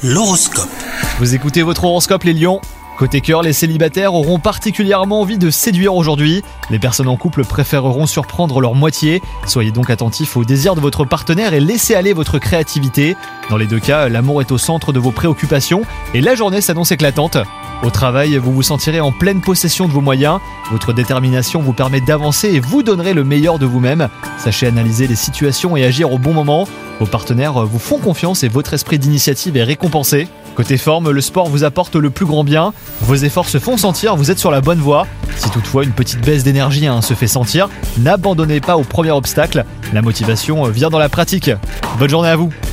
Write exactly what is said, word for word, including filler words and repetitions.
L'horoscope. Vous écoutez votre horoscope les lions. Côté cœur, les célibataires auront particulièrement envie de séduire aujourd'hui. Les personnes en couple préféreront surprendre leur moitié. Soyez donc attentifs aux désirs de votre partenaire et laissez aller votre créativité. Dans les deux cas, l'amour est au centre de vos préoccupations et la journée s'annonce éclatante. Au travail, vous vous sentirez en pleine possession de vos moyens. Votre détermination vous permet d'avancer et vous donnerez le meilleur de vous-même. Sachez analyser les situations et agir au bon moment. Vos partenaires vous font confiance et votre esprit d'initiative est récompensé. Côté forme, le sport vous apporte le plus grand bien. Vos efforts se font sentir, vous êtes sur la bonne voie. Si toutefois une petite baisse d'énergie hein, se fait sentir, n'abandonnez pas au premier obstacle. La motivation vient dans la pratique. Bonne journée à vous.